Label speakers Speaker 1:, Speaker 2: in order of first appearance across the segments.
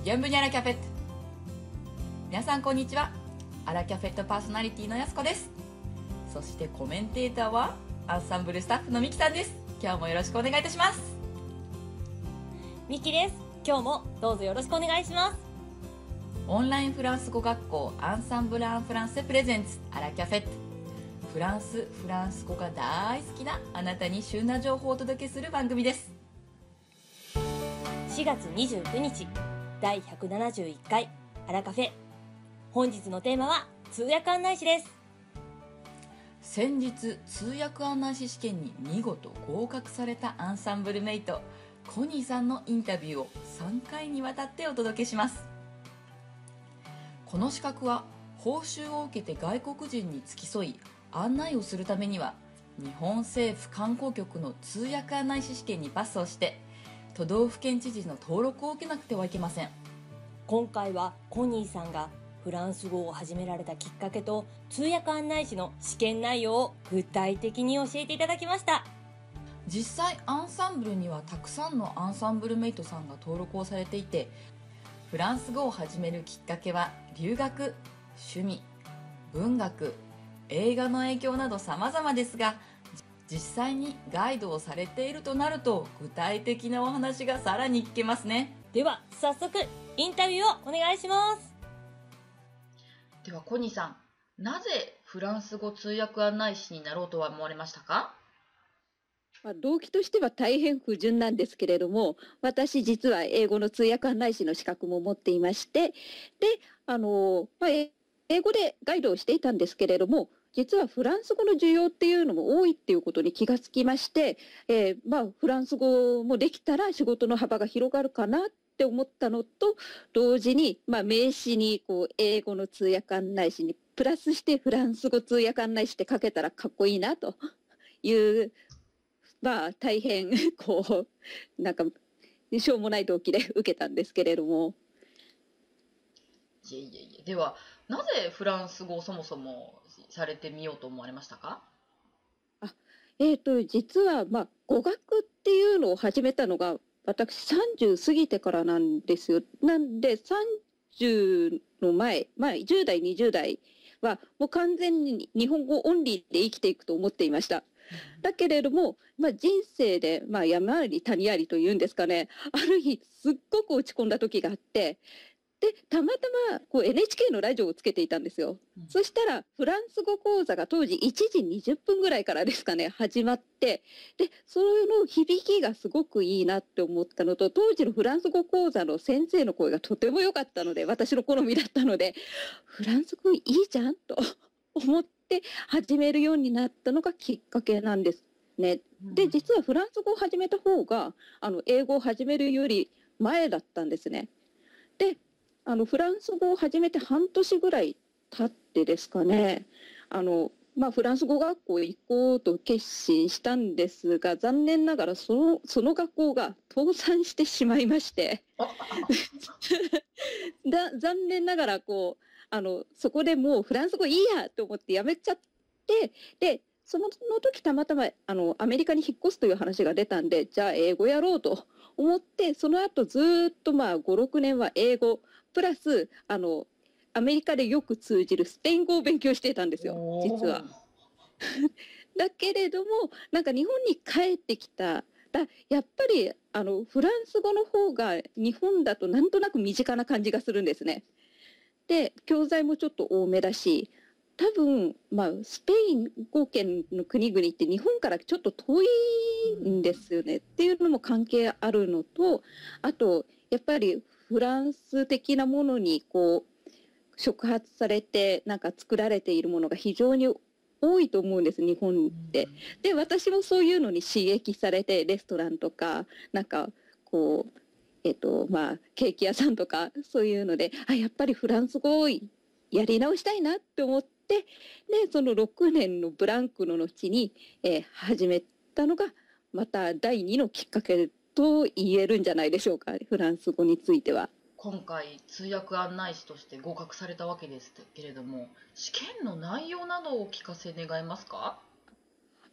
Speaker 1: ビアンブニアラキャフェット。皆さんこんにちは。アラキャフェットパーソナリティのやすこです。そしてコメンテーターはアンサンブルスタッフのミキさんです。今日もよろしくお願いいたします。
Speaker 2: ミキです。今日もどうぞよろしくお願いします。
Speaker 1: オンラインフランス語学校アンサンブル・アン・フランセプレゼンツアラキャフェット。フランス語が大好きなあなたに旬な情報をお届けする番組です。
Speaker 2: 4月29日第171回アラカフェ。本日のテーマは通訳案内士です。
Speaker 1: 先日通訳案内士試験に見事合格されたアンサンブルメイトコニーさんのインタビューを3回にわたってお届けします。この資格は報酬を受けて外国人に付き添い案内をするためには日本政府観光局の通訳案内士試験にパスをして都道府県知事の登録を受けなくてはいけません。
Speaker 2: 今回はコニーさんがフランス語を始められたきっかけと通訳案内士の試験内容を具体的に教えていただきました。
Speaker 1: 実際アンサンブルにはたくさんのアンサンブルメイトさんが登録をされていて、フランス語を始めるきっかけは留学、趣味、文学、映画の影響など様々ですが、実際にガイドをされているとなると具体的なお話がさらに聞けますね。
Speaker 2: では早速インタビューをお願いします。
Speaker 1: ではコニーさん、なぜフランス語通訳案内士になろうとは思われましたか？
Speaker 3: 動機としては大変不純なんですけれども、私実は英語の通訳案内士の資格も持っていまして、で、英語でガイドをしていたんですけれども、実はフランス語の需要っていうのも多いっていうことに気がつきまして、フランス語もできたら仕事の幅が広がるかなって思ったのと同時に、名詞に英語の通訳案内士にプラスしてフランス語通訳案内士って書けたらかっこいいなという大変しょうもない動機で受けたんですけれども。
Speaker 1: ではなぜフランス語をそもそもされてみようと思われましたか？
Speaker 3: 実は語学っていうのを始めたのが私30過ぎてからなんですよ。なんで30の前、10代20代はもう完全に日本語オンリーで生きていくと思っていました。だけれども、人生で、山あり谷ありというんですかね、ある日すっごく落ち込んだ時があって、でたまたまNHK のラジオをつけていたんですよ。そしたらフランス語講座が当時1時20分ぐらいからですかね始まって、でその響きがすごくいいなって思ったのと、当時のフランス語講座の先生の声がとても良かったので、私の好みだったのでフランス語いいじゃんと思って始めるようになったのがきっかけなんですね。で実はフランス語を始めた方が英語を始めるより前だったんですね。でフランス語を始めて半年ぐらい経ってですかね、フランス語学校へ行こうと決心したんですが、残念ながらその学校が倒産してしまいまして残念ながらそこでもうフランス語いいやと思ってやめちゃって、でその時たまたまアメリカに引っ越すという話が出たんで、じゃあ英語やろうと思って、その後ずっと5、6年は英語プラスアメリカでよく通じるスペイン語を勉強していたんですよ、実は。だけれども日本に帰ってきたらやっぱりフランス語の方が日本だとなんとなく身近な感じがするんですね。で教材もちょっと多めだし、多分スペイン語圏の国々って日本からちょっと遠いんですよねっていうのも関係あるのと、あとやっぱりフランス的なものに触発されて作られているものが非常に多いと思うんです、日本で。で私もそういうのに刺激されて、レストランとかケーキ屋さんとかそういうのでやっぱりフランス語をやり直したいなって思って、でその6年のブランクの後に、始めたのがまた第2のきっかけと言えるんじゃないでしょうか、フランス語については。
Speaker 1: 今回通訳案内士として合格されたわけですけれども、試験の内容などをお聞かせ願えますか？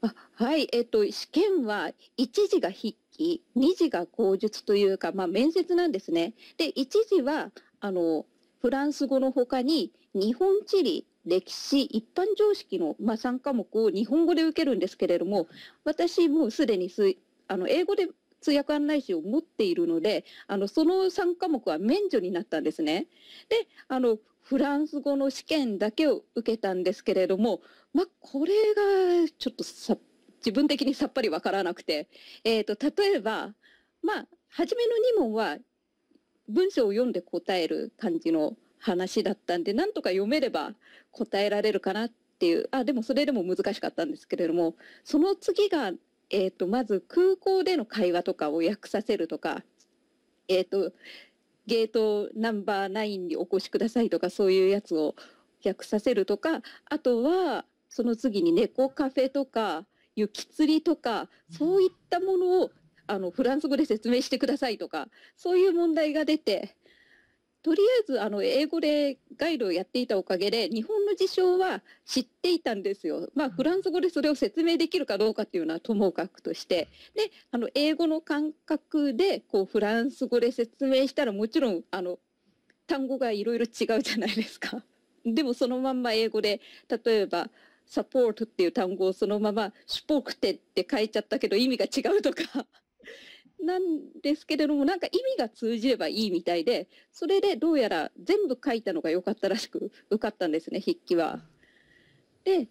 Speaker 3: はい、試験は1次が筆記、2次が口述というか、面接なんですね。で、1次はフランス語のほかに日本地理、歴史、一般常識の、3科目を日本語で受けるんですけれども、私もうすでに英語で通訳案内士を持っているので、その3科目は免除になったんですね。で、フランス語の試験だけを受けたんですけれども、これがちょっと自分的にさっぱりわからなくて、例えば、初めの2問は文章を読んで答える感じの話だったんで、なんとか読めれば答えられるかなっていう、でもそれでも難しかったんですけれども、その次が、まず空港での会話とかを訳させるとか、ゲートナンバー9にお越しくださいとか、そういうやつを訳させるとか、あとはその次に猫カフェとか雪釣りとか、そういったものをフランス語で説明してくださいとか、そういう問題が出て、とりあえず英語でガイドをやっていたおかげで日本の事象は知っていたんですよ。フランス語でそれを説明できるかどうかっていうのはともかくとして、で英語の感覚でフランス語で説明したら、もちろん単語がいろいろ違うじゃないですか。でもそのまんま英語で、例えばサポートっていう単語をそのままシュポークテって書いちゃったけど意味が違うとかなんですけれども、なんか意味が通じればいいみたいで、それでどうやら全部書いたのが良かったらしく受かったんですね、筆記は。で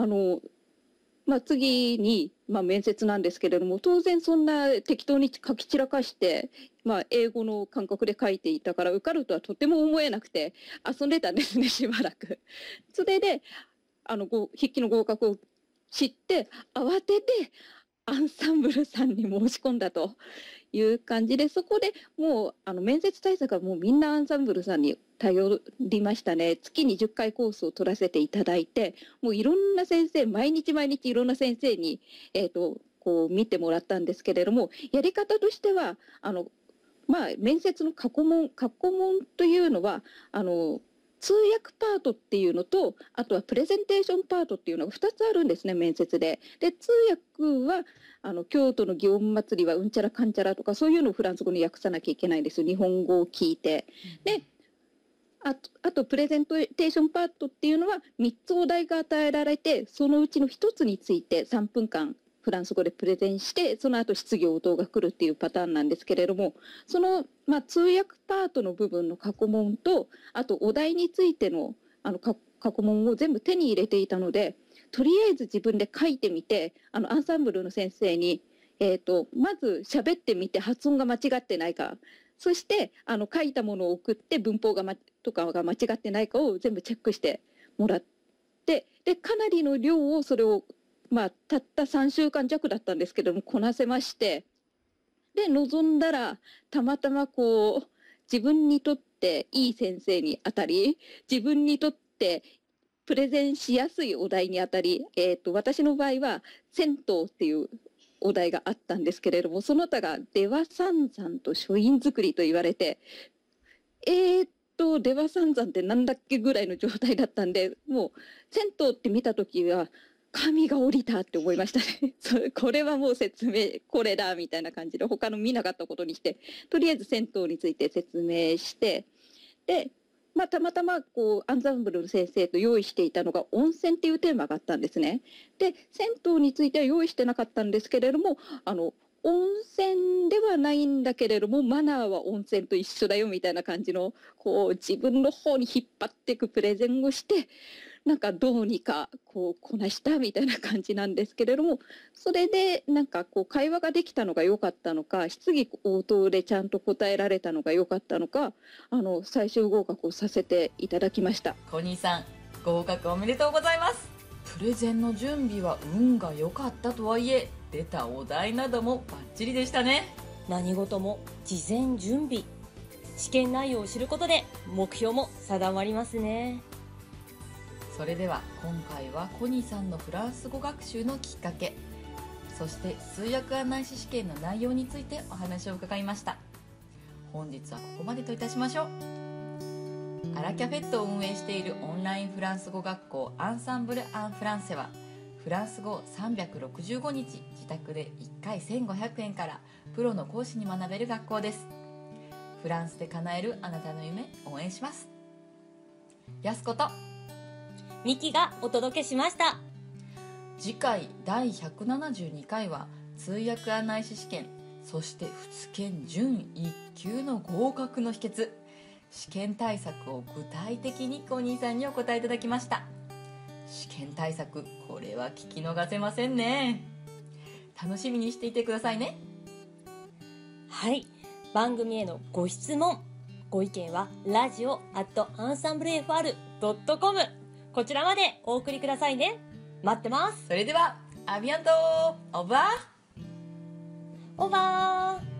Speaker 3: 次に、面接なんですけれども、当然そんな適当に書き散らかして、英語の感覚で書いていたから受かるとはとても思えなくて遊んでたんですね、しばらく。それで筆記の合格を知って慌ててアンサンブルさんに申し込んだという感じで、そこでもう面接対策はもうみんなアンサンブルさんに頼りましたね。月に10回コースを取らせていただいて、もういろんな先生、毎日毎日いろんな先生に見てもらったんですけれども、やり方としては面接の過去問というのは通訳パートっていうのと、あとはプレゼンテーションパートっていうのが2つあるんですね、面接で。で、通訳は京都の祇園祭はうんちゃらかんちゃらとか、そういうのをフランス語に訳さなきゃいけないんですよ、日本語を聞いて。で、あとプレゼンテーションパートっていうのは3つお題が与えられて、そのうちの1つについて3分間フランス語でプレゼンして、その後質疑応答が来るっていうパターンなんですけれども、その、通訳パートの部分の過去問と、あとお題についての過去問を全部手に入れていたので、とりあえず自分で書いてみて、アンサンブルの先生に、まず喋ってみて発音が間違ってないか、そして書いたものを送って文法が、とかが間違ってないかを全部チェックしてもらって、でかなりの量をそれをたった3週間弱だったんですけどもこなせまして、で臨んだらたまたま自分にとっていい先生に当たり、自分にとってプレゼンしやすいお題に当たり、私の場合は銭湯っていうお題があったんですけれども、その他が出羽三山と書院作りと言われて、出羽三山ってなんだっけぐらいの状態だったんで、もう銭湯って見た時は神が降りたって思いましたねこれはもう説明これだみたいな感じで、他の見なかったことにして、とりあえず銭湯について説明して、でたまたまアンサンブルの先生と用意していたのが温泉っていうテーマがあったんですね。で銭湯については用意してなかったんですけれども、温泉ではないんだけれどもマナーは温泉と一緒だよみたいな感じの自分の方に引っ張っていくプレゼンをして、なんかどうにかこなしたみたいな感じなんですけれども、それでなんか会話ができたのが良かったのか、質疑応答でちゃんと答えられたのが良かったのか、最終合格をさせていただきました。
Speaker 1: コニーさん、合格おめでとうございます。プレゼンの準備は運が良かったとはいえ、出たお題などもバッチリでしたね。
Speaker 2: 何事も事前準備、試験内容を知ることで目標も定まりますね。
Speaker 1: それでは今回はコニーさんのフランス語学習のきっかけ、そして通訳案内士試験の内容についてお話を伺いました。本日はここまでといたしましょう。アラキャフェットを運営しているオンラインフランス語学校アンサンブル・アン・フランセは、 フランス語365日自宅で1回1500円からプロの講師に学べる学校です。フランスで叶えるあなたの夢、応援します。やすこと
Speaker 2: ミキがお届けしました。
Speaker 1: 次回第172回は通訳案内士試験、そして仏研準1級の合格の秘訣、試験対策を具体的にコニーさんにお答えいただきました。試験対策、これは聞き逃せませんね。楽しみにしていてくださいね。
Speaker 2: はい、番組へのご質問ご意見はradio@ensemblefr.com こちらまでお送りくださいね。待ってます。
Speaker 1: それではアビアント、オーバー。
Speaker 2: オーバー。